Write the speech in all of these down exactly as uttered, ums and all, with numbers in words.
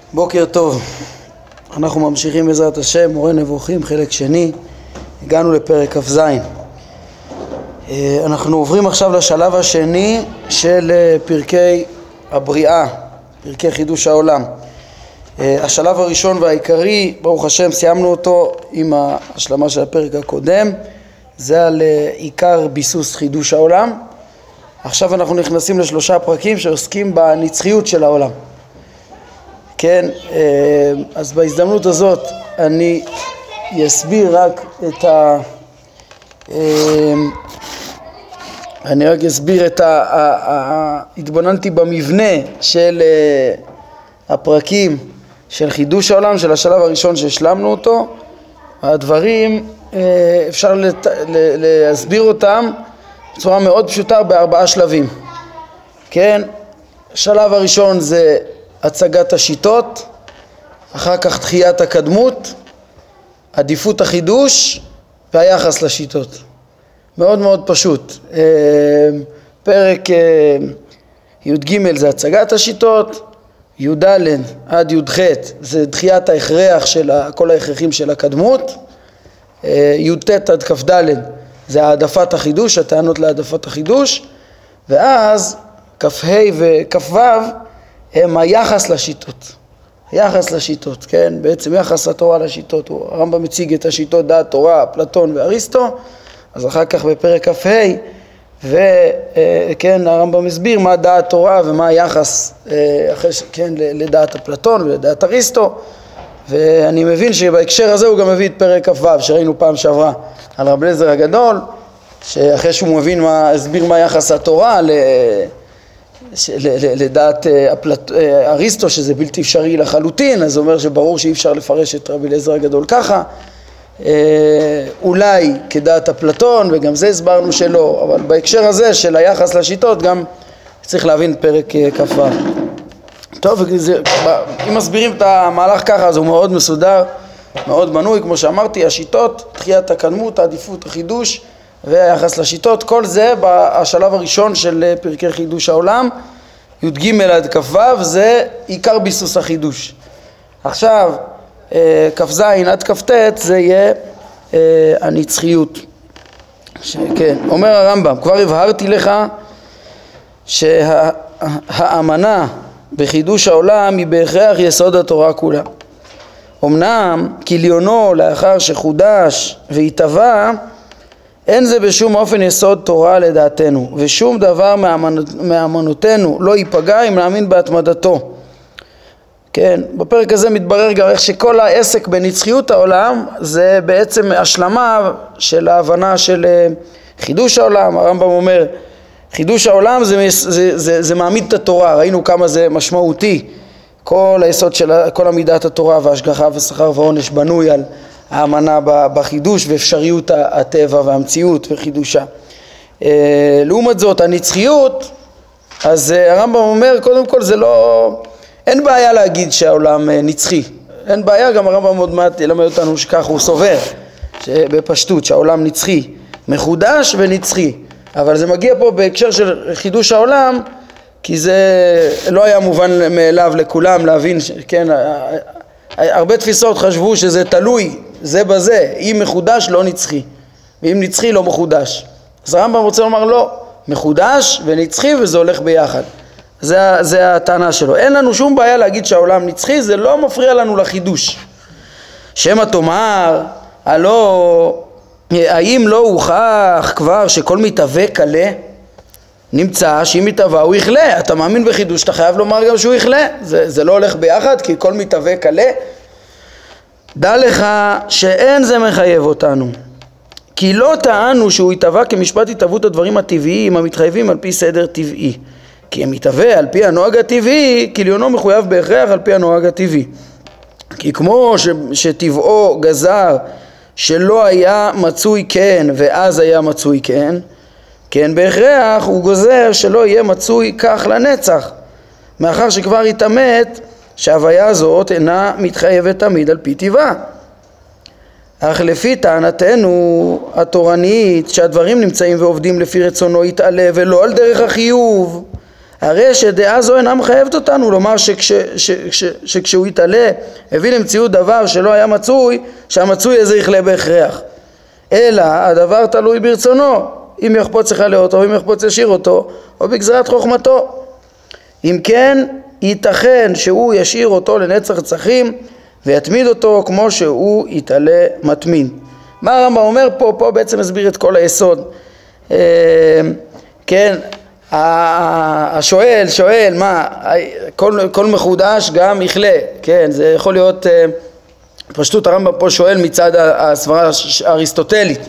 בוקר טוב, אנחנו ממשיכים בעזרת השם, מורה נבוכים, חלק שני, הגענו לפרק כ"ז. אנחנו עוברים עכשיו לשלב השני של פרקי הבריאה, פרקי חידוש העולם. השלב הראשון והעיקרי, ברוך השם, סיימנו אותו עם ההשלמה של הפרק הקודם, זה על עיקר ביסוס חידוש העולם. עכשיו אנחנו נכנסים לשלושה פרקים שעוסקים בנצחיות של העולם. כן, אז בהזדמנות הזאת אני אסביר רק את ה... אני רק אסביר את ה... התבוננתי במבנה של הפרקים של חידוש העולם, של השלב הראשון שהשלמנו אותו. הדברים אפשר לת... להסביר אותם בצורה מאוד פשוטה בארבעה שלבים. כן, השלב הראשון זה הצגת השיטות, אחר כך דחיית הקדמות, עדיפות החידוש והיחס לשיטות. מאוד מאוד פשוט. פרק י"ג זה הצגת השיטות, י"ד עד י"ח זה דחיית ההכרח של כל ההכרחים של הקדמות, י"ט עד כ"ד זה העדפת החידוש, הטענות להעדפת החידוש, ואז כ"ה וכ"ו הם היחס לשיטות. היחס לשיטות, כן? בעצם יחס התורה לשיטות. הרמב"ם מציג את השיטות דעת תורה, אפלטון ואריסטו, אז אחר כך בפרק כ"ה, וכן, הרמב"ם מסביר מה דעת תורה ומה היחס, כן, לדעת אפלטון ולדעת אריסטו, ואני מבין שבהקשר הזה הוא גם מביא את פרק כ"ו, שראינו פעם שעברה על רב אליעזר הגדול, שאחרי שהוא מבין מה, הסביר מה יחס התורה ל... לדעת אריסטו שזה בלתי אפשרי לחלוטין, אז הוא אומר שברור שאי אפשר לפרש את רבי אליעזר הגדול ככה, אולי כדעת אפלטון, וגם זה הסברנו שלא, אבל בהקשר הזה של היחס לשיטות גם צריך להבין פרק כ"ו. טוב, אם מסבירים את המהלך ככה אז הוא מאוד מסודר, מאוד בנוי, כמו שאמרתי, השיטות, דחיית הקדמות, העדיפות, החידוש והיחס לשיטות, כל זה בשלב הראשון של פרקי חידוש העולם. י"ג עד כ"ו זה עיקר ביסוס החידוש. עכשיו כ"ז עד כ"ט זה יהיה הנצחיות. כן, אומר הרמב"ם, כבר הבהרתי לך שהאמנה בחידוש העולם היא בהכרח יסוד התורה כולה. אמנם כליונו לאחר שחודש והתהווה, אין זה בשום אופן יסוד תורה לדעתנו, ושום דבר מאמנותינו לא ייפגע אם נאמין בהתמדתו. כן, בפרק הזה מתברר גם איך שכל העסק בנצחיות העולם זה בעצם השלמה של ההבנה של חידוש העולם. הרמב"ם אומר, חידוש העולם זה, זה, זה, זה מעמיד את התורה, ראינו כמה זה משמעותי. כל היסוד של כל עמידת התורה והשגחה ושכר ועונש בנוי על האמנה בחידוש ואפשריות הטבע והמציאות וחידושה. לעומת זאת, הנצחיות, אז הרמב"ם אומר, קודם כל זה לא, אין בעיה להגיד שהעולם נצחי. אין בעיה, גם הרמב"ם עוד מעט ילמד אותנו שכך הוא סובר, בפשטות, שהעולם נצחי, מחודש ונצחי. אבל זה מגיע פה בהקשר של חידוש העולם, כי זה לא היה מובן מאליו לכולם להבין, כן, הרבה תפיסות חשבו שזה תלוי זה בזה, אם מחודש לא נצחי, ואם נצחי לא מחודש. אז הרמב"ם רוצה לומר לא, מחודש ונצחי וזה הולך ביחד. זה, זה הטענה שלו. אין לנו שום בעיה להגיד שהעולם נצחי, זה לא מפריע לנו לחידוש. שמא תאמר, הלא, האם לא הוכח כבר שכל מתהווה קלה? נמצא שאם מתהווה הוא יכלה. אתה מאמין בחידוש, אתה חייב לומר גם שהוא יכלה. זה, זה לא הולך ביחד, כי כל מתהווה קלה. דע לך שאין זה מחייב אותנו, כי לא טענו שהוא יתהווה כמשפט התהוות הדברים הטבעיים המתחייבים על פי סדר טבעי, כי הם יתהווה על פי הנוהג הטבעי, כליונו מחויב בהכרח על פי הנוהג הטבעי. כי כמו ש, שטבעו גזר שלא היה מצוי כן ואז היה מצוי כן, כן בהכרח הוא גוזר שלא יהיה מצוי כך לנצח, מאחר שכבר התאמת שההוויה הזאת אינה מתחייבת תמיד על פי טבעה. אך לפי טענתנו התורנית שהדברים נמצאים ועובדים לפי רצונו יתעלה ולא על דרך החיוב, הרי שדעה זו אינה מחייבת אותנו לומר שכש, ש, ש, שכשהוא יתעלה הביא למציאות דבר שלא היה מצוי, שהמצוי איזה יכלה בהכרח, אלא הדבר תלוי ברצונו, אם יחפוץ יכלה אותו או אם יחפוץ ישאיר אותו או בגזרת חוכמתו. אם כן ייתכן שהוא ישאיר אותו לנצח נצחים ויתמיד אותו כמו שהוא יתעלה מתמין. מה הרמב"ם אומר פה? פה בעצם מסביר את כל היסוד. כן, השואל שואל מה, כל, כל מחודש גם יכלה, כן, זה יכול להיות, פשטות הרמב"ם פה שואל מצד הסברה האריסטוטלית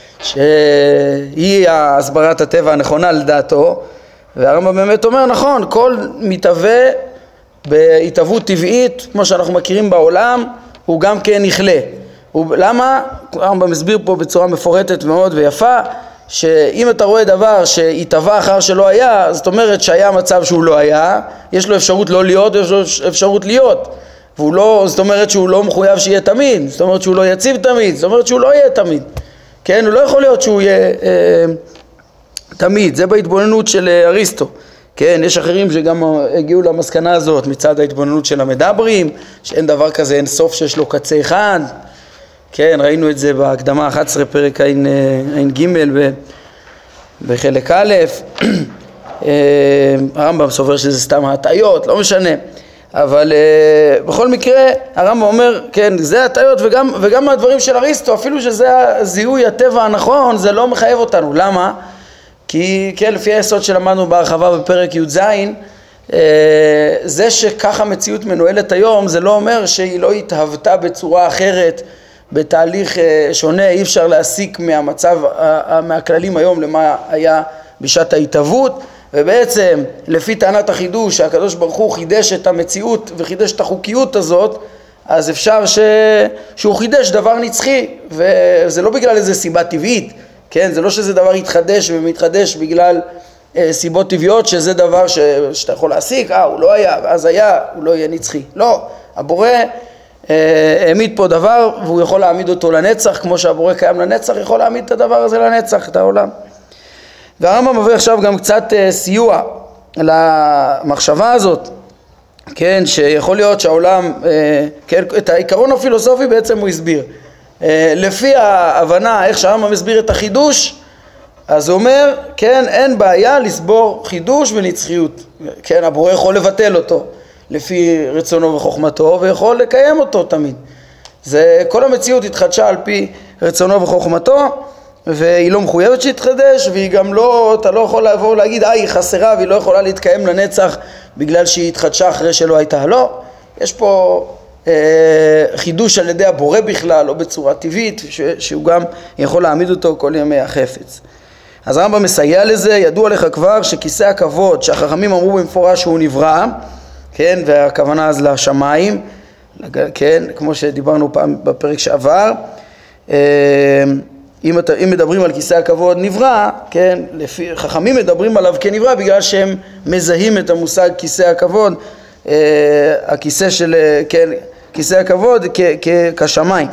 שהיא הסברת הטבע הנכונה לדעתו, והרמב"ם באמת אומר נכון, כל מתהווה בהתהוות טבעית כמו שאנחנו מכירים בעולם הוא גם כן יכלה. למה? הרמב"ם מסביר פה בצורה מפורטת מאוד ויפה שאם אתה רואה דבר שהתהווה אחר שלא היה, זאת אומרת שהיה מצב שהוא לא היה, יש לו אפשרות לא להיות, יש לו אפשרות להיות, והוא לא, זאת אומרת שהוא לא מחויב שיהיה תמיד, זאת אומרת שהוא לא יציב תמיד, זאת אומרת שהוא לא יהיה תמיד, כן, הוא לא יכול להיות שהוא יהיה אה, תמיד, זה בהתבוננות של אריסטו, כן, יש אחרים שגם הגיעו למסקנה הזאת מצד ההתבוננות של המדברים, שאין דבר כזה, אין סוף שיש לו קצה אחד, כן, ראינו את זה בהקדמה אחת עשרה פרק עין, עין ג' בחלק א', הרמב"ם סובר שזה סתם הטעיות, לא משנה, אבל בכל מקרה הרמב"ם אומר, כן, זה הטעיות וגם, וגם מהדברים של אריסטו, אפילו שזה הזיהוי הטבע הנכון, זה לא מחייב אותנו. למה? כי כן, לפי היסוד שלמדנו בהרחבה בפרק י"ז, זה שככה המציאות מנוהלת היום, זה לא אומר שהיא לא התהוותה בצורה אחרת, בתהליך שונה, אי אפשר להסיק מהמצב, מהכללים היום למה היה בשעת ההתהוות, ובעצם לפי טענת החידוש שהקדוש ברוך הוא חידש את המציאות וחידש את החוקיות הזאת, אז אפשר ש... שהוא חידש דבר נצחי, וזה לא בגלל איזה סיבה טבעית, כן? זה לא שזה דבר יתחדש ומתחדש בגלל אה, סיבות טבעיות, שזה דבר ש... שאתה יכול להסיק, אה, הוא לא היה, ואז היה, הוא לא יהיה נצחי. לא, הבורא העמיד פה דבר והוא יכול להעמיד אותו לנצח, כמו שהבורא קיים לנצח, יכול להעמיד את הדבר הזה לנצח, את העולם. והרמב"ם מביא עכשיו גם קצת סיוע למחשבה הזאת, כן, שיכול להיות שהעולם, כן, את העיקרון הפילוסופי בעצם הוא הסביר. לפי ההבנה, איך שהרמב"ם מסביר את החידוש, אז הוא אומר, כן, אין בעיה לסבור חידוש ונצחיות. כן, הבורא יכול לבטל אותו לפי רצונו וחוכמתו, ויכול לקיים אותו תמיד. זה, כל המציאות התחדשה על פי רצונו וחוכמתו, והיא לא מחויבת שיתחדש, והיא גם לא, אתה לא יכול לעבור ולהגיד, אה, היא חסרה, והיא לא יכולה להתקיים לנצח, בגלל שהיא התחדשה אחרי שלא הייתה. לא, יש פה אה, חידוש על ידי הבורא בכלל, לא בצורה טבעית, ש, שהוא גם יכול להעמיד אותו כל ימי החפץ. אז הרמב"ם מסייע לזה, ידוע לך כבר שכיסא הכבוד, שהחכמים אמרו במפורש שהוא נברא, כן, והכוונה אז לשמיים, כן, כמו שדיברנו פעם בפרק שעבר, אם, אם מדברים על כיסא הכבוד נברא, כן, לפי, חכמים מדברים עליו כנברא בגלל שהם מזהים את המושג כיסא הכבוד, הכיסא של, כן, כיסא הכבוד כ, כ, כשמיים,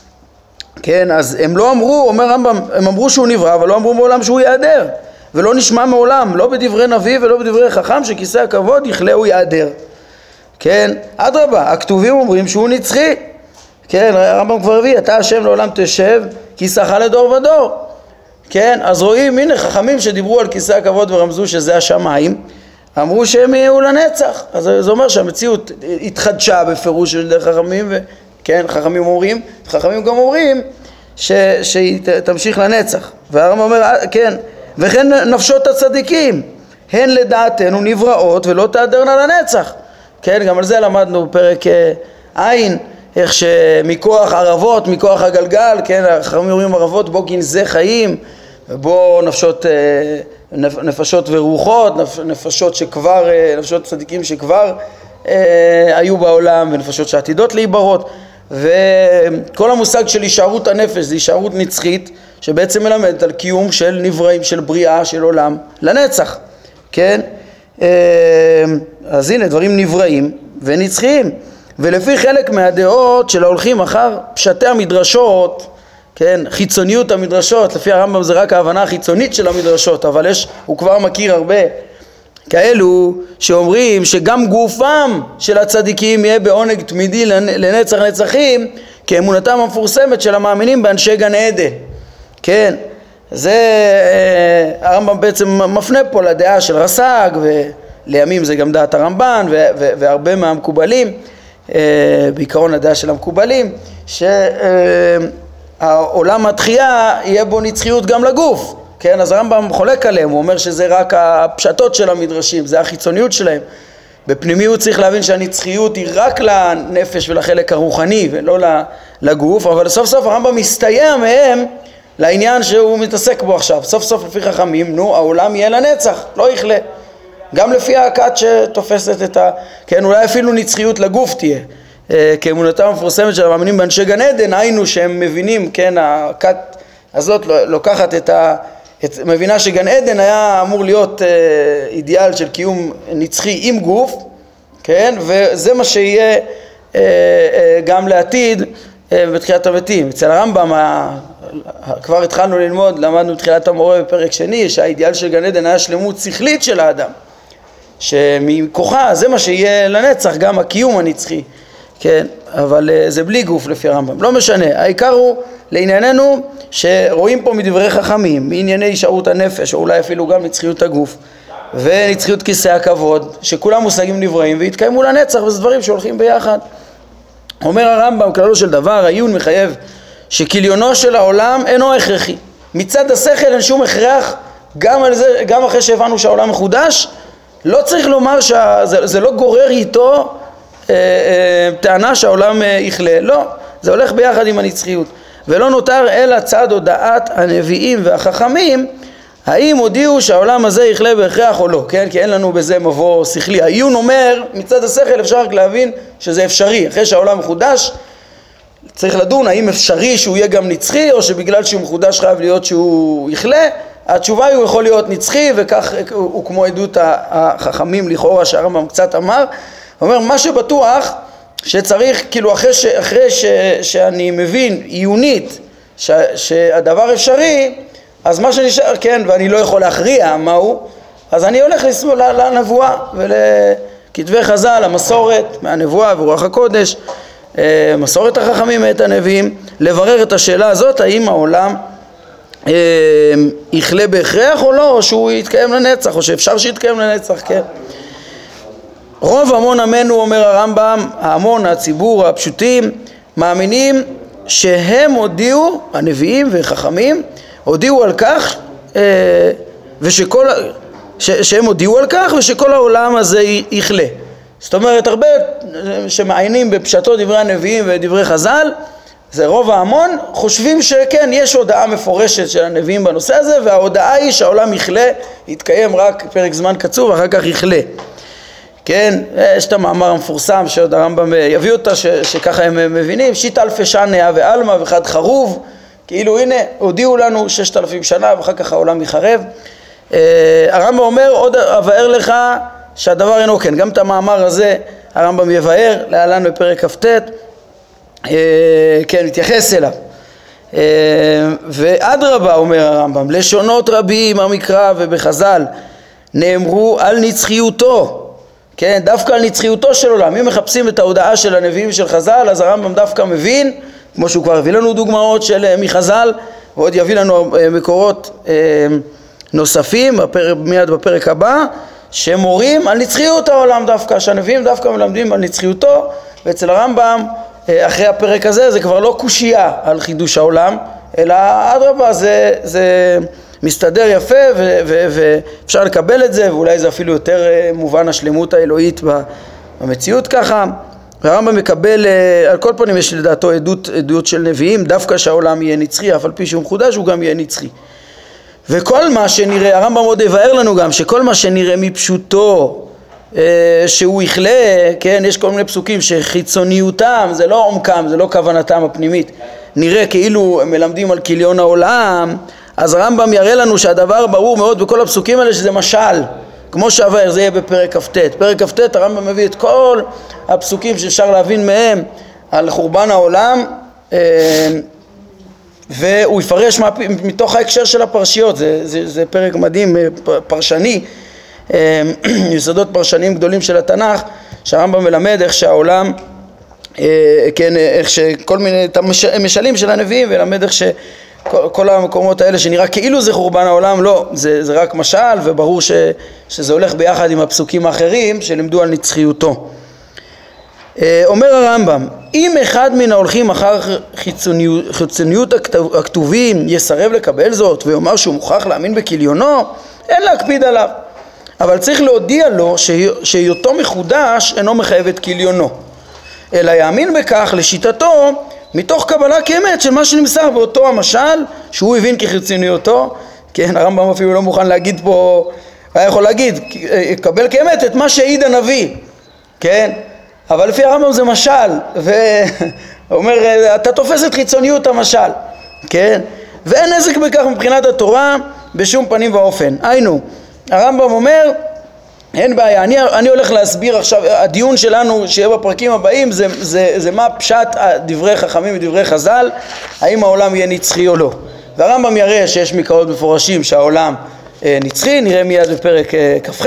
כן, אז הם לא אמרו, אומר רמב"ם, הם אמרו שהוא נברא, אבל לא אמרו מעולם שהוא יעדר, ולא נשמע מעולם, לא בדברי נביא ולא בדברי חכם, שכיסא הכבוד יכלהו יעדר. כן, אדרבה, הכתובים אומרים שהוא נצחי. כן, הרמב"ם כבר הביא, אתה השם לעולם תשב, כיסאך לדור ודור. כן, אז רואים, הנה חכמים שדיברו על כיסא הכבוד ורמזו שזה השמיים, אמרו שהם יהיו לנצח. אז זה אומר שהמציאות התחדשה בפירוש של דרך חכמים, וכן, חכמים אומרים, חכמים גם אומרים ש, שהיא תמשיך לנצח. והרמב"ם אומר, כן, וכן נפשות הצדיקים, הן לדעתנו נבראות ולא תעדרנה לנצח. כן, גם על זה למדנו בפרק עין, איך שמכוח ערבות, מכוח הגלגל, כן, החכמים אומרים ערבות, בו גנזי חיים, בו נפשות, נפשות ורוחות, נפשות שכבר, נפשות צדיקים שכבר אה, היו בעולם, ונפשות שעתידות להיברות, וכל המושג של הישארות הנפש, זה הישארות נצחית, שבעצם מלמדת על קיום של נבראים, של בריאה, של עולם, לנצח, כן? אז הנה דברים נבראים ונצחיים, ולפי חלק מהדעות של ההולכים אחר פשטי המדרשות, כן, חיצוניות המדרשות, לפי הרמב"ם זה רק ההבנה החיצונית של המדרשות, אבל יש, הוא כבר מכיר הרבה, כאלו שאומרים שגם גופם של הצדיקים יהיה בעונג תמידי לנצח נצחים, כאמונתם המפורסמת של המאמינים באנשי גן עדן. כן, זה הרמב"ם בעצם מפנה פה לדעה של רס"ג, ולימים זה גם דעת הרמב"ן והרבה מהמקובלים, בעיקרון הדעה של המקובלים, שהעולם התחייה יהיה בו נצחיות גם לגוף. כן, אז הרמב"ם חולק עליהם, הוא אומר שזה רק הפשטות של המדרשים, זה החיצוניות שלהם. בפנימיות צריך להבין שהנצחיות היא רק לנפש ולחלק הרוחני ולא לגוף, אבל סוף סוף הרמב"ם מסתייע מהם לעניין שהוא מתעסק בו עכשיו. סוף סוף לפי חכמים, נו, העולם יהיה לנצח, לא יכלה. גם לפי הכת שתופסת את ה... כן, אולי אפילו נצחיות לגוף תהיה. כאמונתם המפורסמת של המאמינים באנשי גן עדן, היינו שהם מבינים, כן, הכת הזאת לוקחת את ה... את, מבינה שגן עדן היה אמור להיות אה, אידיאל של קיום נצחי עם גוף, כן, וזה מה שיהיה אה, אה, גם לעתיד אה, בתחילת המתים. אצל הרמב"ם, ה, כבר התחלנו ללמוד, למדנו בתחילת המורה בפרק שני, שהאידיאל של גן עדן היה שלמות שכלית של האדם, שמכוחה זה מה שיהיה לנצח, גם הקיום הנצחי, כן, אבל אה, זה בלי גוף לפי הרמב"ם, לא משנה, העיקר הוא לענייננו שרואים פה מדברי חכמים, מענייני הישארות הנפש, או אולי אפילו גם נצחיות הגוף, ונצחיות כיסא הכבוד, שכולם מושגים נבראים והתקיימו לנצח, וזה דברים שהולכים ביחד. אומר הרמב"ם, כללו של דבר, העיון מחייב שכליונו של העולם אינו הכרחי. מצד השכל אין שום הכרח, גם, על זה, גם אחרי שהבנו שהעולם מחודש, לא צריך לומר שזה זה לא גורר איתו אה, אה, טענה שהעולם אה, יכלה, לא, זה הולך ביחד עם הנצחיות. ולא נותר אלא צד הודעת הנביאים והחכמים, האם הודיעו שהעולם הזה יכלה בהכרח או לא, כן? כי אין לנו בזה מבוא שכלי. העיון אומר, מצד השכל אפשר רק להבין שזה אפשרי. אחרי שהעולם מחודש, צריך לדון האם אפשרי שהוא יהיה גם נצחי, או שבגלל שהוא מחודש חייב להיות שהוא יכלה. התשובה היא הוא יכול להיות נצחי, וכך הוא כמו עדות החכמים לכאורה שהרמב"ם קצת אמר. הוא אומר, מה שבטוח שצריך, כאילו אחרי, ש, אחרי ש, שאני מבין עיונית ש, שהדבר אפשרי, אז מה שנשאר, כן, ואני לא יכול להכריע מהו, אז אני הולך לסמול לנבואה ולכתבי חז"ל, המסורת מהנבואה ורוח הקודש, מסורת החכמים מאת הנביאים, לברר את השאלה הזאת, האם העולם יכלה בהכרח או לא, או שהוא יתקיים לנצח, או שאפשר שיתקיים לנצח, כן. רוב המון עמנו, אומר הרמב"ם, ההמון, הציבור, הפשוטים, מאמינים שהם הודיעו, הנביאים וחכמים, הודיעו על כך, ושכל, ש, שהם הודיעו על כך, ושכל העולם הזה יכלה. זאת אומרת, הרבה שמעיינים בפשטות דברי הנביאים ודברי חז"ל, זה רוב ההמון, חושבים שכן, יש הודעה מפורשת של הנביאים בנושא הזה, וההודעה היא שהעולם יכלה, יתקיים רק פרק זמן קצוב, ואחר כך יכלה. כן, יש את המאמר המפורסם שעוד הרמב"ם יביא אותה, ש, שככה הם מבינים, שית אלפי שנה ועלמא וחד חרוב, כאילו הנה, הודיעו לנו ששת אלפים שנה ואחר כך העולם יחרב. הרמב"ם אומר, עוד אבאר לך שהדבר אינו כן, גם את המאמר הזה הרמב"ם יבאר, להלן בפרק כ"ט, כן, מתייחס אליו. ואדרבה, אומר הרמב"ם, לשונות רבים במקרא ובחז"ל נאמרו על נצחיותו, כן, דווקא על נצחיותו של עולם. אם מחפשים את ההודעה של הנביאים של חז"ל, אז הרמב"ם דווקא מבין, כמו שהוא כבר הביא לנו דוגמאות של מחז"ל, ועוד יביא לנו מקורות נוספים בפרק, מיד בפרק הבא, שמורים על נצחיות העולם דווקא, שהנביאים דווקא מלמדים על נצחיותו, ואצל הרמב"ם אחרי הפרק הזה זה כבר לא קושייה על חידוש העולם, אלא אדרבה, זה, זה מסתדר יפה ואפשר לקבל את זה, ואולי זה אפילו יותר מובן השלמות האלוהית במציאות ככה. והרמב"ם מקבל, על כל פנים יש לדעתו עדות, עדות של נביאים, דווקא שהעולם יהיה נצחי, אף על פי שהוא מחודש הוא גם יהיה נצחי. וכל מה שנראה, הרמב"ם עוד יבאר לנו גם, שכל מה שנראה מפשוטו, שהוא יכלה, כן, יש כל מיני פסוקים שחיצוניותם, זה לא עומקם, זה לא כוונתם הפנימית, נראה כאילו מלמדים על כליון העולם, אז הרמב"ם יראה לנו שהדבר ברור מאוד בכל הפסוקים האלה שזה משל, כמו שעבר, זה יהיה בפרק כ"ט. פרק כ"ט הרמב"ם מביא את כל הפסוקים שאפשר להבין מהם על חורבן העולם, והוא יפרש מתוך ההקשר של הפרשיות, זה, זה, זה פרק מדהים, פרשני, יסודות פרשניים גדולים של התנ"ך, שהרמב"ם מלמד איך שהעולם, כן, איך שכל מיני משלים של הנביאים, ולמד איך שכל המקומות האלה שנראה כאילו זה חורבן העולם, לא, זה, זה רק משל, וברור ש, שזה הולך ביחד עם הפסוקים האחרים שלימדו על נצחיותו. אומר הרמב"ם, אם אחד מן ההולכים אחר חיצוניות, חיצוניות הכתובים יסרב לקבל זאת ויאמר שהוא מוכרח להאמין בכליונו, אין להקפיד עליו, אבל צריך להודיע לו שהיותו מחודש אינו מחייב את כליונו, אלא יאמין בכך לשיטתו מתוך קבלה כאמת של מה שנמסר באותו המשל שהוא הבין כחיצוניותו. כן, הרמב"ם אפילו לא מוכן להגיד פה, היה יכול להגיד, קבל כאמת את מה שהעיד הנביא, כן? אבל לפי הרמב"ם זה משל, ואומר, אתה תופס את חיצוניות המשל, כן? ואין נזק בכך מבחינת התורה בשום פנים ואופן. היינו, הרמב"ם אומר, אין בעיה, אני, אני הולך להסביר עכשיו, הדיון שלנו שיהיה בפרקים הבאים, זה, זה, זה מה פשט דברי חכמים ודברי חז"ל, האם העולם יהיה נצחי או לא. והרמב"ם יראה שיש מקראות מפורשים שהעולם אה, נצחי, נראה מיד בפרק אה, כ"ח,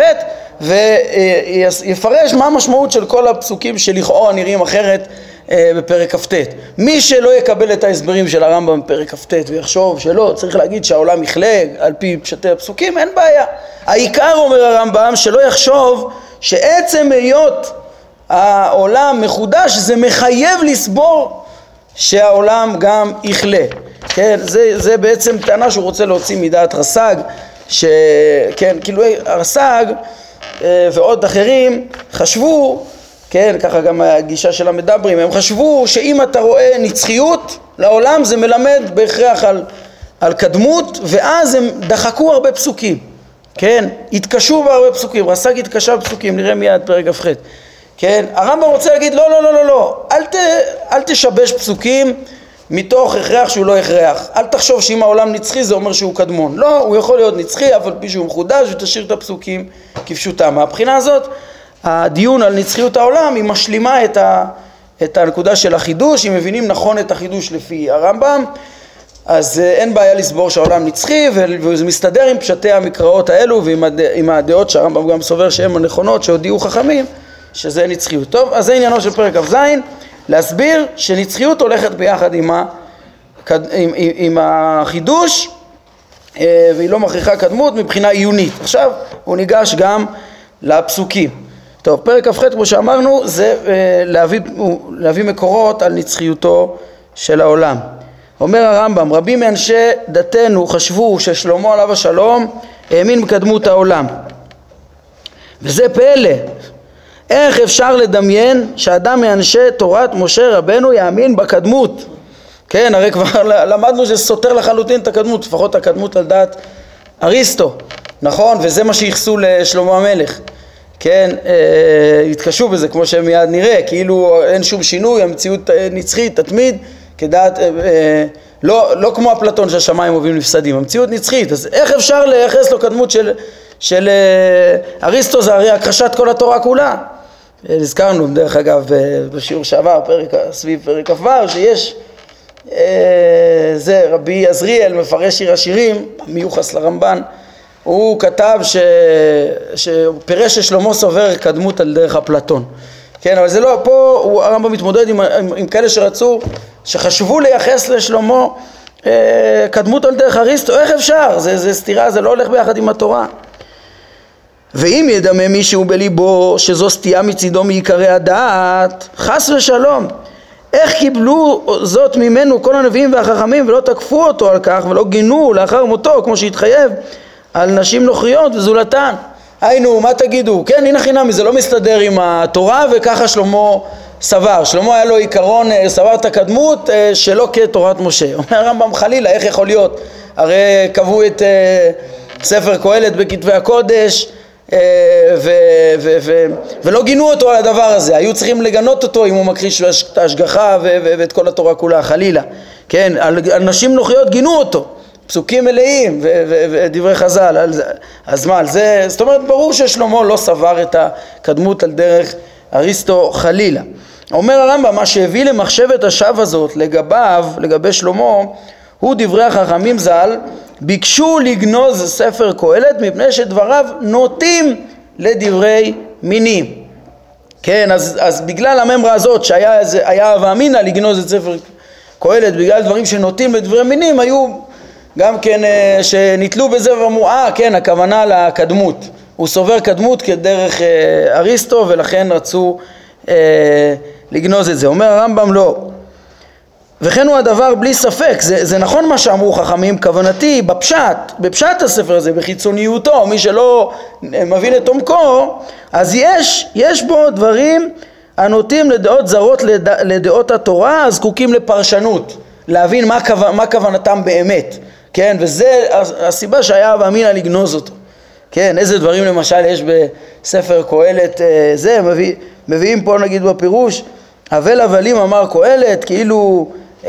ויפרש מה המשמעות של כל הפסוקים שלכאורה נראים אחרת אה, בפרק כ"ט. מי שלא יקבל את ההסברים של הרמב"ם בפרק כ"ט ויחשוב שלא, צריך להגיד שהעולם יכלה על פי פשטי הפסוקים, אין בעיה. העיקר, אומר הרמב"ם, שלא יחשוב שעצם היות העולם מחודש זה מחייב לסבור שהעולם גם יכלה. כן, זה, זה בעצם טענה שהוא רוצה להוציא מדעת רס"ג, שכן, כאילו רס"ג ועוד אחרים חשבו, כן, ככה גם הגישה של המדברים, הם חשבו שאם אתה רואה נצחיות לעולם זה מלמד בהכרח על, על קדמות, ואז הם דחקו הרבה פסוקים, כן, התקשו בהרבה פסוקים, רס"ג התקשה בפסוקים, נראה מיד פרק כ"ח. כן, הרמב"ם רוצה להגיד לא, לא, לא, לא, לא, אל, ת, אל תשבש פסוקים מתוך הכרח שהוא לא הכרח. אל תחשוב שאם העולם נצחי זה אומר שהוא קדמון. לא, הוא יכול להיות נצחי, אבל פי שהוא מחודש, ותשאיר את הפסוקים כפשוטם. מהבחינה הזאת, הדיון על נצחיות העולם היא משלימה את, ה, את הנקודה של החידוש. אם מבינים נכון את החידוש לפי הרמב"ם, אז אין בעיה לסבור שהעולם נצחי, וזה מסתדר עם פשטי המקראות האלו, ועם הד, עם הדעות שהרמב"ם גם סובר שהן הנכונות, שהודיעו חכמים, שזה נצחיות. טוב, אז זה עניינו של פרק כ"ז. להסביר שנצחיות הולכת ביחד עם, ה, עם, עם, עם החידוש, והיא לא מכריחה קדמות מבחינה עיונית. עכשיו הוא ניגש גם לפסוקים. טוב, פרק כ"ח כמו שאמרנו זה להביא, להביא מקורות על נצחיותו של העולם. אומר הרמב"ם, רבים מאנשי דתנו חשבו ששלמה עליו השלום האמין בקדמות העולם, וזה פלא. איך אפשר לדמיין שאדם מאנשי תורת משה רבנו יאמין בקדמות? כן, הרי כבר למדנו שזה סותר לחלוטין את הקדמות, לפחות הקדמות על דעת אריסטו, נכון? וזה מה שיחסו לשלמה המלך. כן, אה, התקשו בזה כמו שמיד נראה, כאילו אין שום שינוי, המציאות נצחית, תתמיד, כדעת, אה, אה, לא, לא כמו אפלטון שהשמיים מובילים נפסדים, המציאות נצחית. אז איך אפשר לייחס לו קדמות של, של אה, אריסטו? זה הרי הכחשת כל התורה כולה. הזכרנו דרך אגב בשיעור שעבר, פרק, סביב פרק כ"ו, שיש אה, זה רבי עזריאל מפרש שיר השירים מיוחס לרמב"ן, הוא כתב ש... שפרש ששלמה סובר קדמות על דרך אפלטון. כן, אבל זה לא, פה הוא, הרמב"ם מתמודד עם, עם, עם כאלה שרצו, שחשבו לייחס לשלמה אה, קדמות על דרך אריסטו. איך אפשר? זה, זה סתירה, זה לא הולך ביחד עם התורה. ואם ידמה מישהו בליבו שזו סטייה מצידו מעיקרי הדעת, חס ושלום, איך קיבלו זאת ממנו כל הנביאים והחכמים ולא תקפו אותו על כך ולא גינו לאחר מותו כמו שהתחייב על נשים נוכריות וזולתן? היינו, מה תגידו? כן, הנה חינמי, זה לא מסתדר עם התורה, וככה שלמה סבר. שלמה היה לו עיקרון, סבר את הקדמות שלא כתורת משה. אומר הרמב"ם, חלילה, איך יכול להיות? הרי קבעו את ספר קהלת בכתבי הקודש, ו- ו- ו- ולא גינו אותו על הדבר הזה. היו צריכים לגנות אותו אם הוא מכחיש את ההשגחה ו- ו- ואת כל התורה כולה, חלילה. כן, על, על נשים נוכריות גינו אותו, פסוקים מלאים ו- ו- ודברי חז"ל. על זה, אז מה, על זה, זאת אומרת, ברור ששלמה לא סבר את הקדמות על דרך אריסטו, חלילה. אומר הרמב"ם, מה שהביא למחשבת השווא הזאת לגביו, לגבי שלמה, הוא דברי החכמים ז"ל, ביקשו לגנוז ספר קהלת מפני שדבריו נוטים לדברי מינים. כן, אז, אז בגלל הממרה הזאת שהיה היה ואמינא לגנוז את ספר קהלת, בגלל דברים שנוטים לדברי מינים, היו גם כן שנתלו בזה ואמרו, אה כן, הכוונה לקדמות, הוא סובר קדמות כדרך אה, אריסטו, ולכן רצו אה, לגנוז את זה. אומר הרמב"ם לא, וכן הוא הדבר בלי ספק, זה, זה נכון מה שאמרו חכמים, כוונתי בפשט, בפשט הספר הזה, בחיצוניותו, מי שלא מבין את עומקו, אז יש, יש בו דברים הנוטים לדעות זרות לד, לדעות התורה, אז זקוקים לפרשנות, להבין מה, כו, מה כוונתם באמת, כן, וזה הסיבה שהיה ואמינא לגנוז אותו. כן, איזה דברים למשל יש בספר קהלת, זה מביא, מביאים פה נגיד בפירוש, אבל הבלים אמר קהלת, כאילו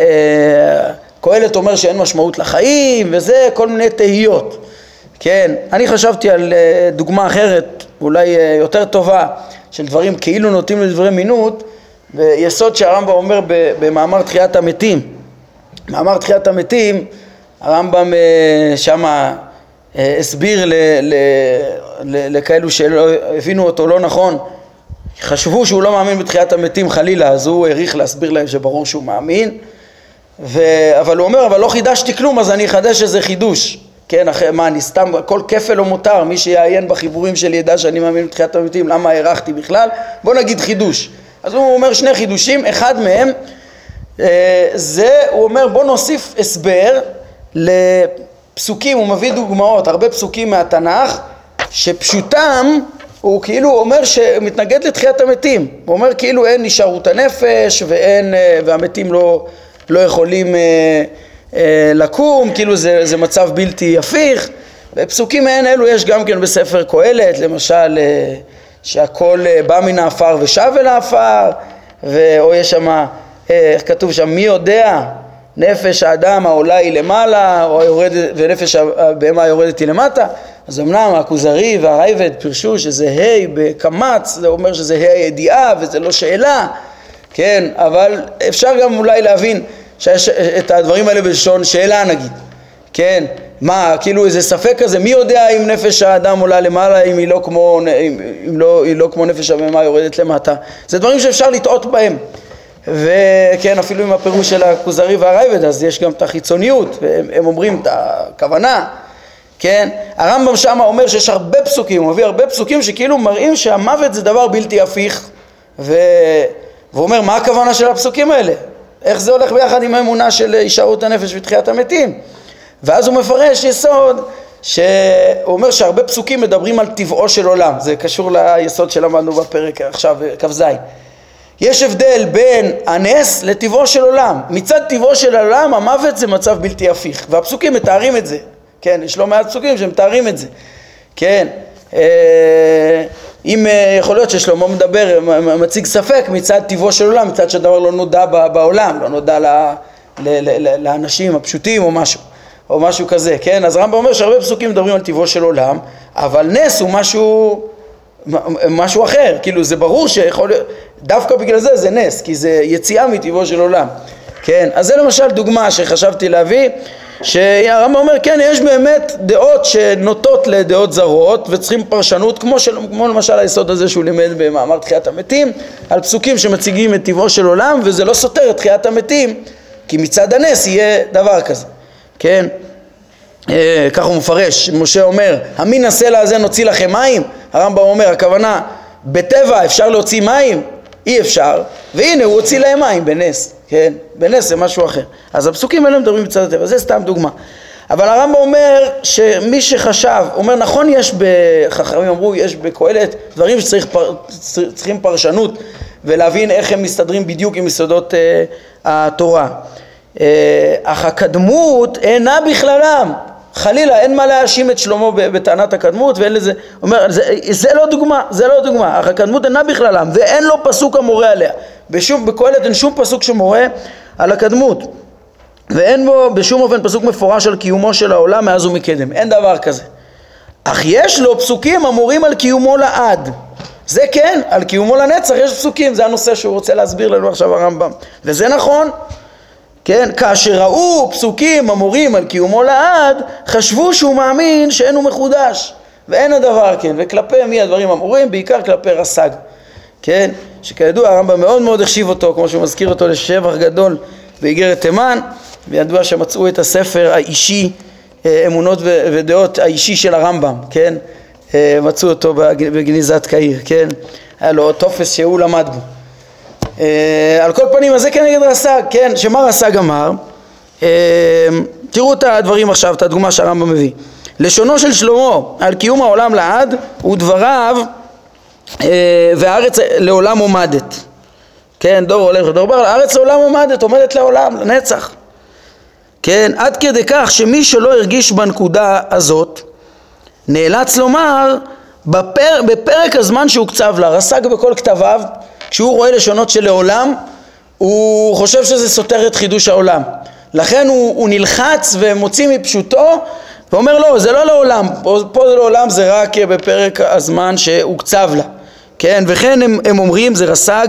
קהלת אומר שאין משמעות לחיים, וזה כל מיני תהיות. כן, אני חשבתי על דוגמה אחרת, אולי יותר טובה, של דברים כאילו נוטים לדברי מינות, ביסוד שהרמב"ם אומר במאמר תחיית המתים. מאמר תחיית המתים, הרמב"ם שמה הסביר ל, ל, ל, לכאלו שלא הבינו אותו לא נכון, חשבו שהוא לא מאמין בתחיית המתים חלילה, אז הוא העריך להסביר להם שברור שהוא מאמין, ו... אבל הוא אומר, אבל לא חידשתי כלום, אז אני אחדש איזה חידוש. כן, אחרי, מה, אני סתם, כל כפל לא מותר, מי שיעיין בחיבורים שלי ידע שאני מאמין בתחיית המתים, למה הערכתי בכלל? בוא נגיד חידוש. אז הוא אומר שני חידושים, אחד מהם, זה, הוא אומר, בוא נוסיף הסבר לפסוקים, הוא מביא דוגמאות, הרבה פסוקים מהתנ"ך, שפשוטם, הוא כאילו אומר שמתנגד לתחיית המתים, הוא אומר כאילו אין נשארות הנפש ואין, והמתים לא, לא יכולים אה, אה, לקום, כאילו זה, זה מצב בלתי הפיך, ופסוקים מהן אלו יש גם כן בספר קהלת, למשל אה, שהכל אה, בא מן האפר ושב אל האפר, או יש שם, אה, איך כתוב שם, מי יודע, נפש האדם העולה היא למעלה, או היורדת, ונפש הבהמה היורדת היא למטה, אז אמנם הכוזרי והרייבד פירשו שזה ה' בקמץ, זה אומר שזה ה' הידיעה וזה לא שאלה, כן, אבל אפשר גם אולי להבין שיש את הדברים האלה בלשון שאלה נגיד, כן, מה, כאילו איזה ספק כזה, מי יודע אם נפש האדם עולה למעלה, אם היא לא כמו, אם, אם לא, היא לא כמו נפש הבהמה יורדת למטה, זה דברים שאפשר לטעות בהם, וכן, אפילו עם הפירוש של הכוזרי והרייבד, אז יש גם את החיצוניות, והם הם אומרים את הכוונה, כן, הרמב"ם שם אומר שיש הרבה פסוקים, הוא מביא הרבה פסוקים שכאילו מראים שהמוות זה דבר בלתי הפיך, ו... והוא אומר מה הכוונה של הפסוקים האלה? איך זה הולך ביחד עם האמונה של הישארות הנפש ותחיית המתים? ואז הוא מפרש יסוד, שהוא אומר שהרבה פסוקים מדברים על טבעו של עולם, זה קשור ליסוד שלמדנו בפרק עכשיו, כ"ז. יש הבדל בין הנס לטבעו של עולם, מצד טבעו של עולם המוות זה מצב בלתי הפיך, והפסוקים מתארים את זה. כן, יש לא מעט פסוקים שמתארים את זה. כן, אם יכול להיות ששלמה מדבר, מציג ספק מצד טבעו של עולם, מצד שהדבר לא נודע בעולם, לא נודע לאנשים הפשוטים או משהו, או משהו כזה, כן? אז רמב"ם אומר שהרבה פסוקים מדברים על טבעו של עולם, אבל נס הוא משהו, משהו אחר, כאילו זה ברור שיכול להיות, דווקא בגלל זה זה נס, כי זה יציאה מטבעו של עולם. כן, אז זה למשל דוגמה שחשבתי להביא, שהרמב"ם אומר, כן, יש באמת דעות שנוטות לדעות זרות וצריכים פרשנות, כמו, של, כמו למשל היסוד הזה שהוא לימד במאמר תחיית המתים, על פסוקים שמציגים את טבעו של עולם, וזה לא סותר את תחיית המתים, כי מצד הנס יהיה דבר כזה, כן? אה, כך הוא מפרש, משה אומר, המין הסלע הזה נוציא לכם מים, הרמב"ם אומר, הכוונה, בטבע אפשר להוציא מים? אי אפשר, והנה הוא הוציא להם מים בנס, כן? בנס זה משהו אחר. אז הפסוקים האלה מדברים בצד הטבע, זה סתם דוגמה. אבל הרמב"ם אומר שמי שחשב, אומר נכון יש בחכמים אמרו, יש בקהלת דברים שצריכים פרשנות ולהבין איך הם מסתדרים בדיוק עם יסודות אה, התורה. אה, אך הקדמות אינה בכללם. חלילה, אין מה להאשים את שלמה בטענת הקדמות, ואין לזה, אומר, זה, זה לא דוגמה, זה לא דוגמה, אך הקדמות אינה בכללם, ואין לו פסוק המורה עליה, בשום, בקהלת אין שום פסוק שמורה על הקדמות, ואין בו בשום אופן פסוק מפורש על קיומו של העולם מאז ומקדם, אין דבר כזה, אך יש לו פסוקים המורים על קיומו לעד, זה כן, על קיומו לנצח יש פסוקים, זה הנושא שהוא רוצה להסביר לנו עכשיו הרמב"ם, וזה נכון, כן, כאשר ראו פסוקים המורים על קיומו לעד, חשבו שהוא מאמין שאין הוא מחודש. ואין הדבר כן, וכלפי מי הדברים אמורים? בעיקר כלפי רס"ג, כן, שכידוע הרמב"ם מאוד מאוד החשיב אותו, כמו שהוא מזכיר אותו לשבח גדול באיגרת תימן, וידוע שמצאו את הספר האישי, אמונות ודעות האישי של הרמב"ם, כן, מצאו אותו בגניזת קהיר, כן, היה לו טופס שהוא למד בו. על כל פנים, אז זה כנגד רס"ג, כן, שמה רס"ג אמר? תראו את הדברים עכשיו, את הדוגמה שהרמב"ם מביא. לשונו של שלמה על קיום העולם לעד ודבריו והארץ לעולם עומדת, כן, דור הולך ודור בא, הארץ לעולם עומדת, עומדת לעולם, לנצח, כן, עד כדי כך שמי שלא הרגיש בנקודה הזאת נאלץ לומר בפר, בפרק הזמן שהוקצב לה, רס"ג בכל כתביו, כשהוא רואה לשונות של לעולם, הוא חושב שזה סותר את חידוש העולם, לכן הוא, הוא נלחץ ומוציא מפשוטו ואומר לא, זה לא לעולם, פה, פה זה לעולם, זה רק בפרק הזמן שהוקצב לה, כן, וכן הם, הם אומרים, זה רס"ג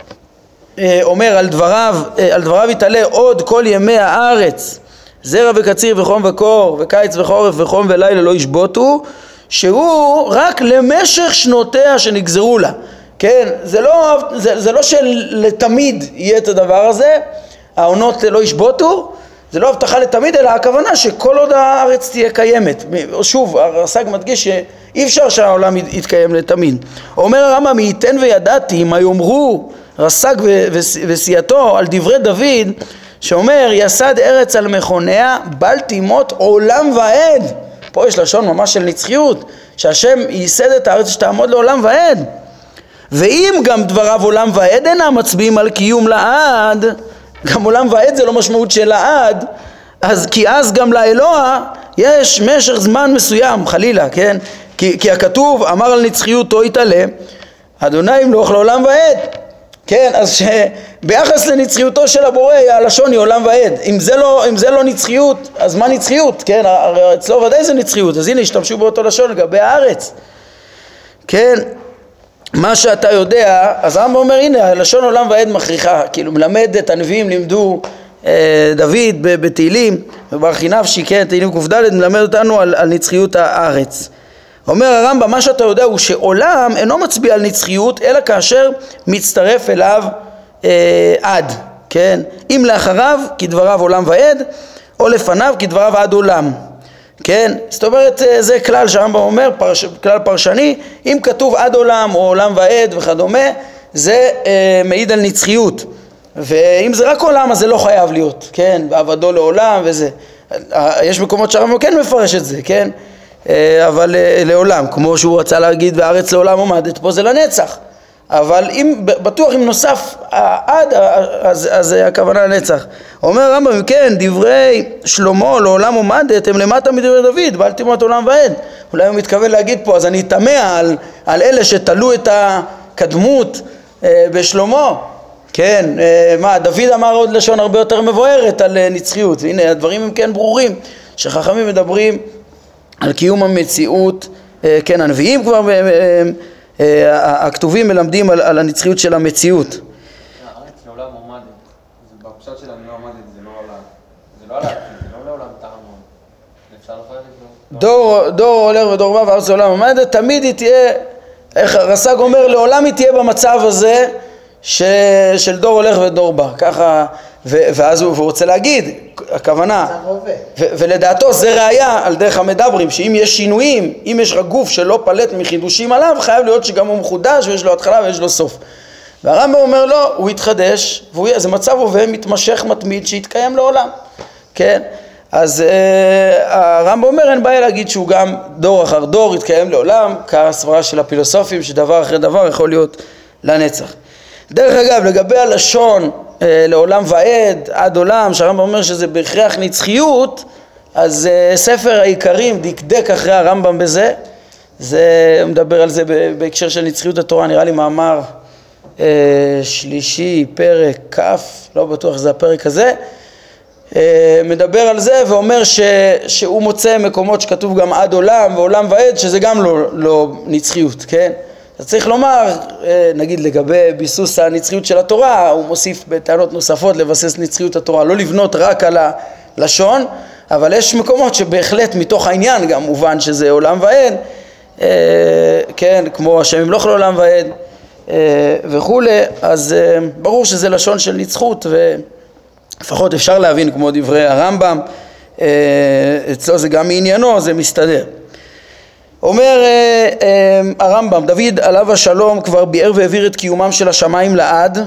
אומר על דבריו, על דבריו יתעלה עוד כל ימי הארץ, זרע וקציר וחום וקור וקיץ וחורף וחום ולילה לא ישבותו, שהוא רק למשך שנותיה שנגזרו לה, כן, זה לא, זה, זה לא שלתמיד יהיה את הדבר הזה, העונות לא ישבותו, זה לא הבטחה לתמיד, אלא הכוונה שכל עוד הארץ תהיה קיימת. שוב, הרס"ג מדגיש שאי אפשר שהעולם יתקיים לתמיד. אומר הרמב"ם, מי ייתן וידעתי מה יאמרו רס"ג וסייעתו על דברי דוד, שאומר יסד ארץ על מכוניה בל תימות עולם ועד. פה יש לשון ממש של נצחיות, שהשם ייסד את הארץ שתעמוד לעולם ועד. ואם גם דבריו עולם ועד אינם מצביעים על קיום לעד, גם עולם ועד זה לא משמעות של לעד, אז כי אז גם לאלוה יש משך זמן מסוים, חלילה, כן? כי, כי הכתוב אמר על נצחיותו יתעלה, אדוני ימלוך לעולם ועד, כן? אז שביחס לנצחיותו של הבורא הלשון היא עולם ועד, אם זה לא, אם זה לא נצחיות, אז מה נצחיות? כן? אצלו ודאי זה נצחיות, אז הנה השתמשו באותו לשון לגבי הארץ, כן? מה שאתה יודע, אז הרמב"ם אומר, הנה, הלשון עולם ועד מכריחה, כאילו מלמד את הנביאים, לימדו אה, דוד בתהילים, וברכי נפשי, כן, תהילים ק"ד, מלמד אותנו על, על נצחיות הארץ. אומר הרמב"ם, מה שאתה יודע הוא שעולם אינו מצביע על נצחיות, אלא כאשר מצטרף אליו אה, עד, כן? אם לאחריו, כדבריו עולם ועד, או לפניו, כדבריו עד עולם. כן, זאת אומרת, זה כלל שהרמב"ם אומר, פרש, כלל פרשני, אם כתוב עד עולם או עולם ועד וכדומה, זה אה, מעיד על נצחיות, ואם זה רק עולם אז זה לא חייב להיות, כן, בעבדו לעולם וזה, יש מקומות שהרמב"ם כן מפרש את זה, כן, אה, אבל אה, לעולם, כמו שהוא רצה להגיד והארץ לעולם עומדת, פה זה לנצח, אבל אם, בטוח אם נוסף עד, אז, אז הכוונה לנצח. אומר הרמב"ם, כן, דברי שלמה לעולם עומדת הם למטה מדברי דוד, בל תימות עולם ועד. אולי הוא מתכוון להגיד פה, אז אני תמה על, על אלה שתלו את הקדמות אה, בשלמה. כן, אה, מה, דוד אמר עוד לשון הרבה יותר מבוארת על אה, נצחיות, והנה הדברים הם כן ברורים, שחכמים מדברים על קיום המציאות, אה, כן, הנביאים כבר אה, אה, הכתובים מלמדים על, על הנצחיות של המציאות. הארץ לעולם עומדת, זה בפשט של המילה עומדת, זה לא על זה לא על זה לא לעולם תעמוד. אפשר לפרט את זה? דור, דור הולך ודור בא והארץ לעולם עומדת, תמיד היא תהיה, איך רס"ג אומר, לעולם היא תהיה במצב הזה ש, של דור הולך ודור בא, ככה, ו, ואז הוא רוצה להגיד, הכוונה, ו, ולדעתו זה ראיה על דרך המדברים, שאם יש שינויים, אם יש רק גוף שלא פלט מחידושים עליו, חייב להיות שגם הוא מחודש ויש לו התחלה ויש לו סוף. והרמב"ם אומר לא, הוא יתחדש, זה מצב הווה מתמשך מתמיד שיתקיים לעולם, כן? אז uh, הרמב"ם אומר אין בעיה להגיד שהוא גם דור אחר דור יתקיים לעולם, כסברה של הפילוסופים שדבר אחרי דבר יכול להיות לנצח. דרך אגב, לגבי הלשון אה, לעולם ועד, עד עולם, שהרמב"ם אומר שזה בהכרח נצחיות, אז אה, ספר העיקרים דקדק אחרי הרמב"ם בזה, זה מדבר על זה בהקשר של נצחיות התורה, נראה לי מאמר אה, שלישי, פרק כף, לא בטוח שזה הפרק הזה, אה, מדבר על זה ואומר ש, שהוא מוצא מקומות שכתוב גם עד עולם ועולם ועד, שזה גם לא, לא נצחיות, כן? אז צריך לומר, נגיד לגבי ביסוס הנצחיות של התורה, הוא מוסיף בטענות נוספות לבסס נצחיות התורה, לא לבנות רק על הלשון, אבל יש מקומות שבהחלט מתוך העניין גם מובן שזה עולם ועד, כן, כמו השם ימלוך לעולם ועד וכולי, אז ברור שזה לשון של נצחות, ולפחות אפשר להבין כמו דברי הרמב"ם, אצלו זה גם מעניינו, זה מסתדר. אומר הרמב"ם, דוד עליו השלום כבר ביאר והעביר את קיומם של השמיים לעד,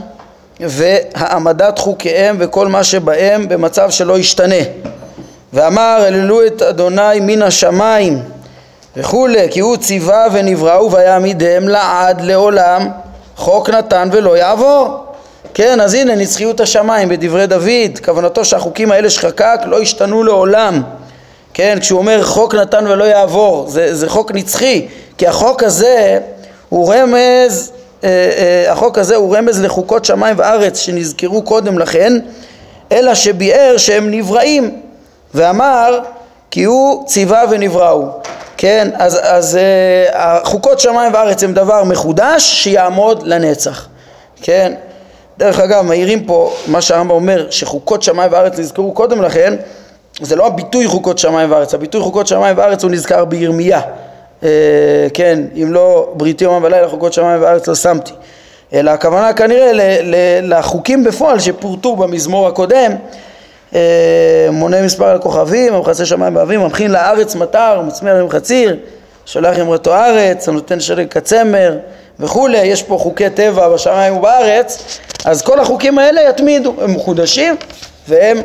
והעמדת חוקיהם וכל מה שבהם במצב שלא ישתנה, ואמר אללו את אדוני מן השמיים וכולי, כי הוא ציווה ונבראו ויעמידם לעד לעולם, חוק נתן ולא יעבור. כן, אז הנה נצחיות השמיים בדברי דוד, כוונתו שהחוקים האלה שחקק לא ישתנו לעולם. כן, כשהוא אומר חוק נתן ולא יעבור, זה, זה חוק נצחי, כי החוק הזה הוא רמז, אה, אה, החוק הזה הוא רמז לחוקות שמיים וארץ שנזכרו קודם לכן, אלא שביאר שהם נבראים, ואמר כי הוא ציווה ונבראו. כן, אז, אז אה, חוקות שמיים וארץ הם דבר מחודש שיעמוד לנצח. כן, דרך אגב, מעירים פה מה שהרמב"ם אומר, שחוקות שמיים וארץ נזכרו קודם לכן, זה לא הביטוי חוקות שמיים וארץ, הביטוי חוקות שמיים וארץ הוא נזכר בירמיה. אה, כן, אם לא בריתי יומם ולילה חוקות שמיים וארץ לא שמתי. אלא הכוונה כנראה ל, ל, לחוקים בפועל שפורטו במזמור הקודם, אה, מונה מספר על כוכבים, המחצה שמיים באבים, ממכין לארץ מטר, מצמר עם חציר, שולח אמרתו ארץ, נותן שלג כצמר וכולי. יש פה חוקי טבע בשמיים ובארץ, אז כל החוקים האלה יתמידו, הם מחודשים והם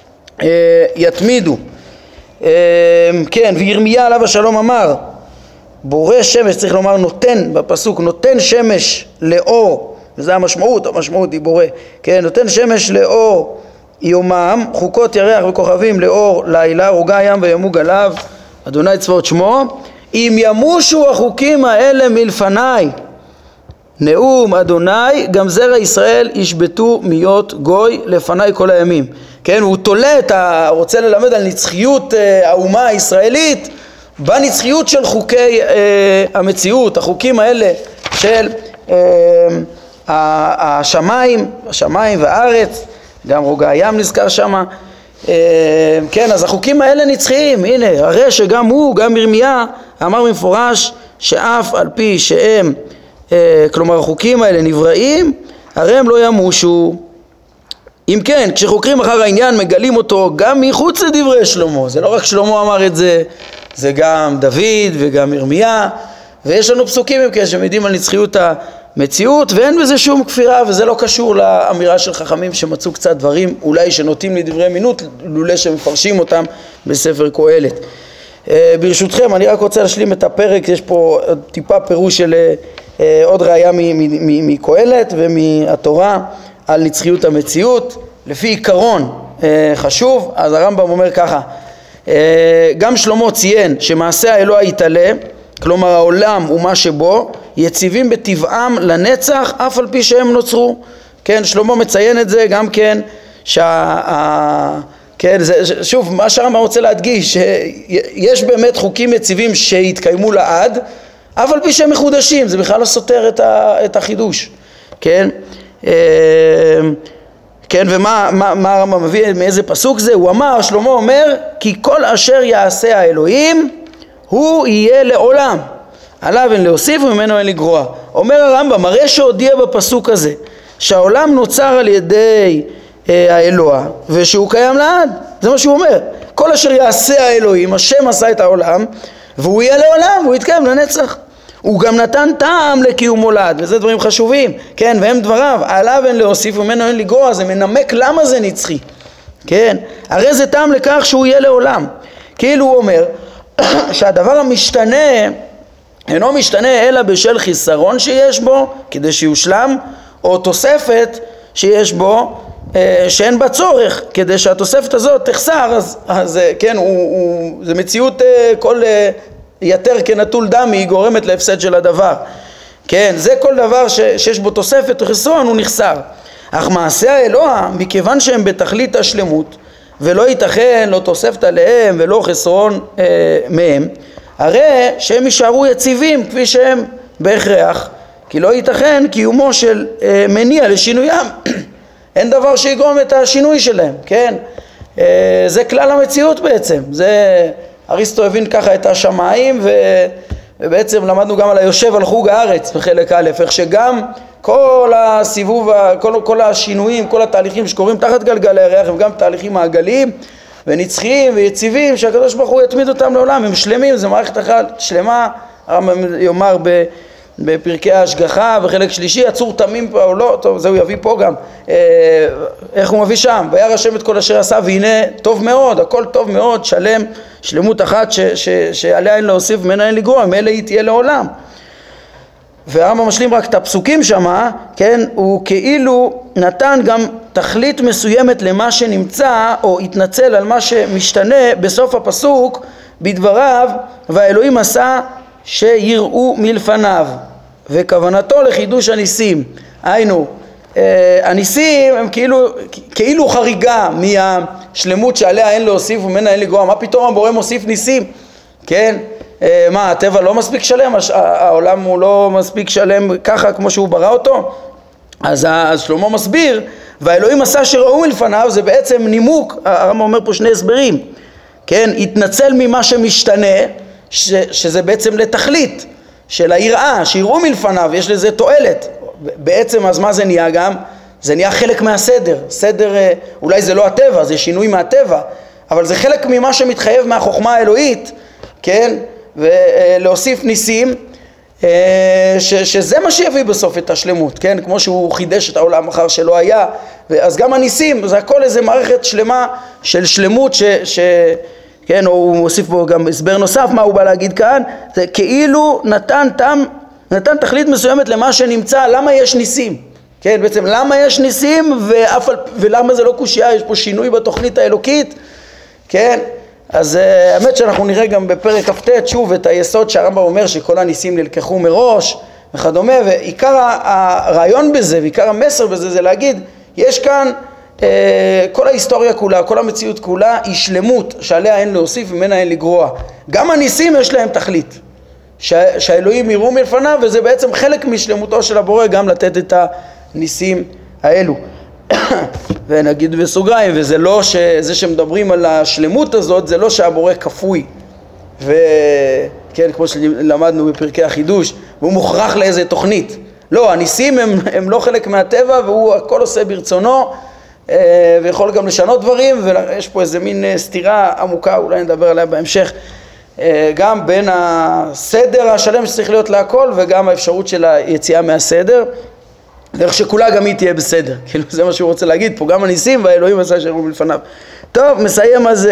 יתמידו. כן, וירמיה עליו השלום אמר בורא שמש, צריך לומר נותן בפסוק, נותן שמש לאור, וזה המשמעות, המשמעות היא בורא, כן, נותן שמש לאור יומם, חוקות ירח וכוכבים לאור לילה, רוגע ים וימוג עליו אדוני צבאות שמו, אם ימושו החוקים האלה מלפניי נאום אדוני גם זרע ישראל ישבתו מיות גוי לפניי כל הימים. כן, הוא תולה את ה... רוצה ללמד על נצחיות אה, האומה הישראלית בנצחיות של חוקי אה, המציאות, החוקים האלה של אה, השמיים, השמיים והארץ, גם רוגע הים נזכר שמה. אה, כן, אז החוקים האלה נצחיים. הנה, הרי שגם הוא, גם ירמיה אמר במפורש שאף על פי שהם, אה, כלומר החוקים האלה נבראים, הרי הם לא ימושו. אם כן, כשחוקרים אחר העניין מגלים אותו גם מחוץ לדברי שלמה, זה לא רק שלמה אמר את זה, זה גם דוד וגם ירמיה, ויש לנו פסוקים עם כאלה שמעידים על נצחיות המציאות, ואין בזה שום כפירה, וזה לא קשור לאמירה של חכמים שמצאו קצת דברים אולי שנוטים לדברי מינות, לולא שמפרשים אותם בספר קהלת. ברשותכם, אני רק רוצה להשלים את הפרק, יש פה טיפה פירוש של עוד ראיה מקהלת ומהתורה, על נצחיות המציאות, לפי עיקרון אה, חשוב. אז הרמב"ם אומר ככה, אה, גם שלמה ציין שמעשה האלוה יתעלה, כלומר העולם ומה שבו, יציבים בטבעם לנצח אף על פי שהם נוצרו. כן, שלמה מציין את זה גם כן, שה, ה, כן, זה, שוב, מה שהרמב"ם רוצה להדגיש, שיש באמת חוקים יציבים שהתקיימו לעד, אף על פי שהם מחודשים, זה בכלל לא סותר את, ה, את החידוש. כן, כן, ומה מה, מה הרמב"ם מביא, מאיזה פסוק זה? הוא אמר, שלמה אומר, כי כל אשר יעשה האלוהים הוא יהיה לעולם, עליו אין להוסיף וממנו אין לגרוע. אומר הרמב"ם, הרי שהודיע בפסוק הזה שהעולם נוצר על ידי אה, האלוה ושהוא קיים לעד, זה מה שהוא אומר. כל אשר יעשה האלוהים, השם עשה את העולם והוא יהיה לעולם והוא יתקיים לנצח. הוא גם נתן טעם לקיומו לעד, וזה דברים חשובים, כן, והם דבריו, עליו אין להוסיף וממנו אין לגרוע, זה מנמק למה זה נצחי, כן, הרי זה טעם לכך שהוא יהיה לעולם. כאילו הוא אומר שהדבר המשתנה אינו משתנה אלא בשל חיסרון שיש בו כדי שיושלם, או תוספת שיש בו אה, שאין בה צורך כדי שהתוספת הזאת תחסר. אז, אז כן, הוא, הוא, זה מציאות אה, כל אה, יתר כנטול דם היא גורמת להפסד של הדבר. כן, זה כל דבר ש, שיש בו תוספת או חסרון הוא נחסר. אך מעשה האלוה, מכיוון שהם בתכלית השלמות ולא ייתכן לא תוספת עליהם ולא חסרון אה, מהם, הרי שהם יישארו יציבים כפי שהם בהכרח, כי לא ייתכן קיומו של אה, מניע לשינוים. אין דבר שיגרום את השינוי שלהם, כן? אה, זה כלל המציאות בעצם. זה אריסטו הבין ככה את השמיים ו, ובעצם למדנו גם על היושב על חוג הארץ בחלק א', איך שגם כל הסיבוב, כל, כל השינויים, כל התהליכים שקורים תחת גלגלי הירח הם גם תהליכים מעגליים ונצחיים ויציבים שהקדוש ברוך הוא יתמיד אותם לעולם, הם שלמים, זה מערכת אחת שלמה. הרמב"ם יאמר בפרקי ההשגחה בחלק שלישי, עצור תמים פה או לא, טוב זה הוא יביא פה גם, איך הוא מביא שם, וירא השם את כל אשר עשה והנה טוב מאוד, הכל טוב מאוד, שלם, שלמות אחת ש, ש, שעליה אין להוסיף ממנה אין לגרוע, מאלה היא תהיה לעולם. והרמב"ם משלים רק את הפסוקים שמה, כן, הוא כאילו נתן גם תכלית מסוימת למה שנמצא או התנצל על מה שמשתנה בסוף הפסוק בדבריו, והאלוהים עשה שיראו מלפניו, וכוונתו לחידוש הניסים. היינו, הניסים הם כאילו, כאילו חריגה מהשלמות שעליה אין להוסיף וממנה אין לגרוע. מה פתאום הבורא מוסיף ניסים? כן? מה, הטבע לא מספיק שלם? העולם הוא לא מספיק שלם ככה כמו שהוא ברא אותו? אז, אז שלמה מסביר, והאלוהים עשה שראו מלפניו, זה בעצם נימוק, הרמב"ם אומר פה שני הסברים, כן? התנצל ממה שמשתנה, ש, שזה בעצם לתכלית של היראה, שיראו מלפניו, יש לזה תועלת. בעצם אז מה זה נהיה גם? זה נהיה חלק מהסדר. סדר, אולי זה לא הטבע, זה שינוי מהטבע, אבל זה חלק ממה שמתחייב מהחוכמה האלוהית, כן? ולהוסיף ניסים, ש, שזה מה שיביא בסוף את השלמות, כן? כמו שהוא חידש את העולם אחר שלא היה, אז גם הניסים, זה הכל איזה מערכת שלמה של שלמות ש... ש כן, הוא מוסיף פה גם הסבר נוסף, מה הוא בא להגיד כאן, זה כאילו נתן תם, נתן תכלית מסוימת למה שנמצא, למה יש ניסים, כן, בעצם למה יש ניסים ואף, ולמה זה לא קושיה, יש פה שינוי בתוכנית האלוקית, כן, אז האמת שאנחנו נראה גם בפרק כ"ט שוב את היסוד שהרמב"ם אומר שכל הניסים נלקחו מראש וכדומה, ועיקר הרעיון בזה ועיקר המסר בזה זה להגיד, יש כאן כל ההיסטוריה כולה, כל המציאות כולה היא שלמות שעליה אין להוסיף וממנה אין לגרוע. גם הניסים יש להם תכלית, שהאלוהים יראו מלפניו, וזה בעצם חלק משלמותו של הבורא גם לתת את הניסים האלו. ונגיד בסוגריים, וזה לא שזה שמדברים על השלמות הזאת, זה לא שהבורא כפוי, וכן, כמו שלמדנו בפרקי החידוש, והוא מוכרח לאיזה תוכנית. לא, הניסים הם, הם לא חלק מהטבע, והוא הכל עושה ברצונו, ויכול גם לשנות דברים, ויש פה איזה מין סתירה עמוקה, אולי נדבר עליה בהמשך, גם בין הסדר השלם שצריך להיות להכל, וגם האפשרות של היציאה מהסדר, דרך שכולה גם היא תהיה בסדר, כאילו זה מה שהוא רוצה להגיד פה, גם הניסים והאלוהים עשה שיראו מלפניו. טוב, מסיים אז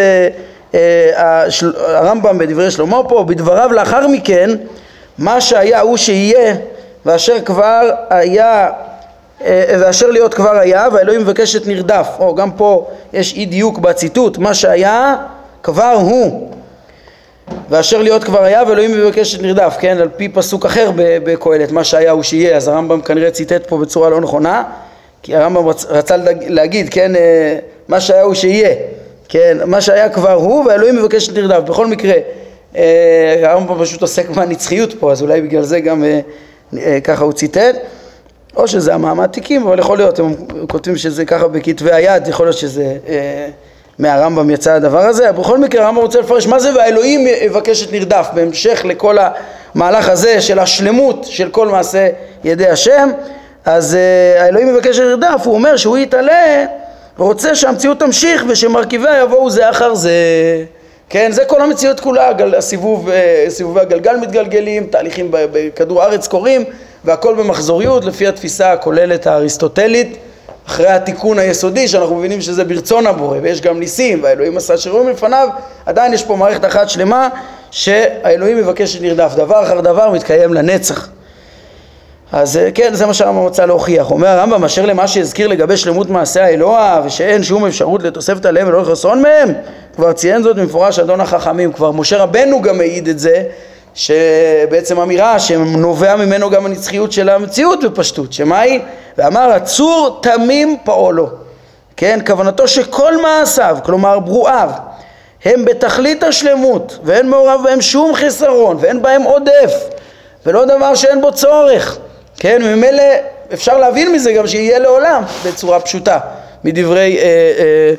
הרמב"ם בדברי שלמה פה, בדבריו לאחר מכן, מה שהיה הוא שיהיה, ואשר כבר היה, ואשר להיות כבר היה, והאלוהים מבקשת נרדף. או גם פה יש אי דיוק בציטוט, מה שהיה כבר הוא, ואשר להיות כבר היה, ואלוהים מבקשת נרדף, כן, על פי פסוק אחר בקהלת, מה שהיה הוא שיהיה. אז הרמב"ם כנראה ציטט פה בצורה לא נכונה, כי הרמב"ם רצה להגיד, כן, מה שהיה הוא שיהיה, כן, מה שהיה כבר הוא, והאלוהים מבקשת נרדף. בכל מקרה, הרמב"ם פשוט עוסק מהנצחיות פה, אז אולי בגלל זה גם ככה הוא ציטט, או שזה המעמד תיקים, אבל יכול להיות, הם כותבים שזה ככה בכתבי היד, יכול להיות שזה אה, מהרמב"ם יצא הדבר הזה. בכל מקרה הרמב"ם רוצה לפרש מה זה והאלוהים יבקשת נרדף, בהמשך לכל המהלך הזה של השלמות של כל מעשה ידי השם. אז אה, האלוהים יבקשת נרדף, הוא אומר שהוא יתעלה ורוצה שהמציאות תמשיך ושמרכיביה יבואו זה אחר זה, כן, זה כל המציאות כולה, הסיבוב, סיבובי הגלגל מתגלגלים, תהליכים בכדור הארץ קורים, והכל במחזוריות לפי התפיסה הכוללת האריסטוטלית, אחרי התיקון היסודי שאנחנו מבינים שזה ברצון הבורא, ויש גם ניסים, והאלוהים עשה שיראו מלפניו, עדיין יש פה מערכת אחת שלמה שהאלוהים מבקש שנרדף, דבר אחר דבר מתקיים לנצח. אז כן, זה מה שהרמב"ם רוצה להוכיח. אומר הרמב"ם, אשר למה שהזכיר לגבי שלמות מעשה האלוה, ושאין שום אפשרות לתוספת עליהם ולא לחסרון מהם, כבר ציין זאת במפורש אדון החכמים. כבר משה רבנו גם מעיד את זה, שבעצם אמירה שנובע ממנו גם הנצחיות של המציאות בפשטות, שמה היא? ואמר הצור תמים פעולו, כן, כוונתו שכל מעשיו, כלומר ברואיו, הם בתכלית השלמות, ואין מעורב בהם שום חסרון, ואין בהם עודף, ולא דבר שאין בו צורך, כן, ממילא אפשר להבין מזה גם שיהיה לעולם בצורה פשוטה, מדברי אה, אה,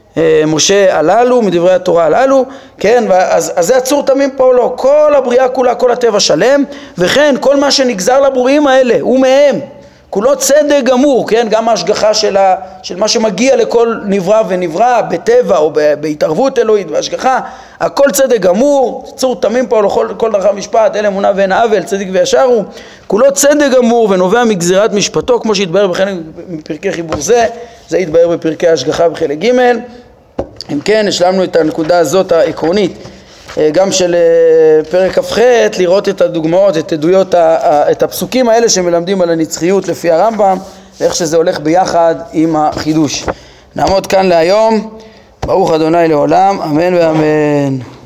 משה הללו, מדברי התורה הללו, כן, אז, אז זה הצור תמים פועלו, כל הבריאה כולה, כל הטבע שלם, וכן כל מה שנגזר לברואים האלה הוא מהם, כולו צדק גמור, כן, גם ההשגחה של, ה, של מה שמגיע לכל נברא ונברא בטבע או בהתערבות אלוהית והשגחה, הכל צדק גמור, צור תמים פועלו, כל, כל דרכיו משפט, אל אמונה ואין עוול, צדק וישר הוא, כולו צדק גמור ונובע מגזירת משפטו, כמו שהתבהר בחלק מפרקי חיבור זה, זה התבהר בפרקי ההשגחה בחלק ג'. אם כן, השלמנו את הנקודה הזאת העקרונית, גם של פרק כ"ח, לראות את הדוגמאות, את עדויות, את הפסוקים האלה שמלמדים על הנצחיות לפי הרמב"ם, ואיך שזה הולך ביחד עם החידוש. נעמוד כאן להיום, ברוך ה' לעולם, אמן ואמן.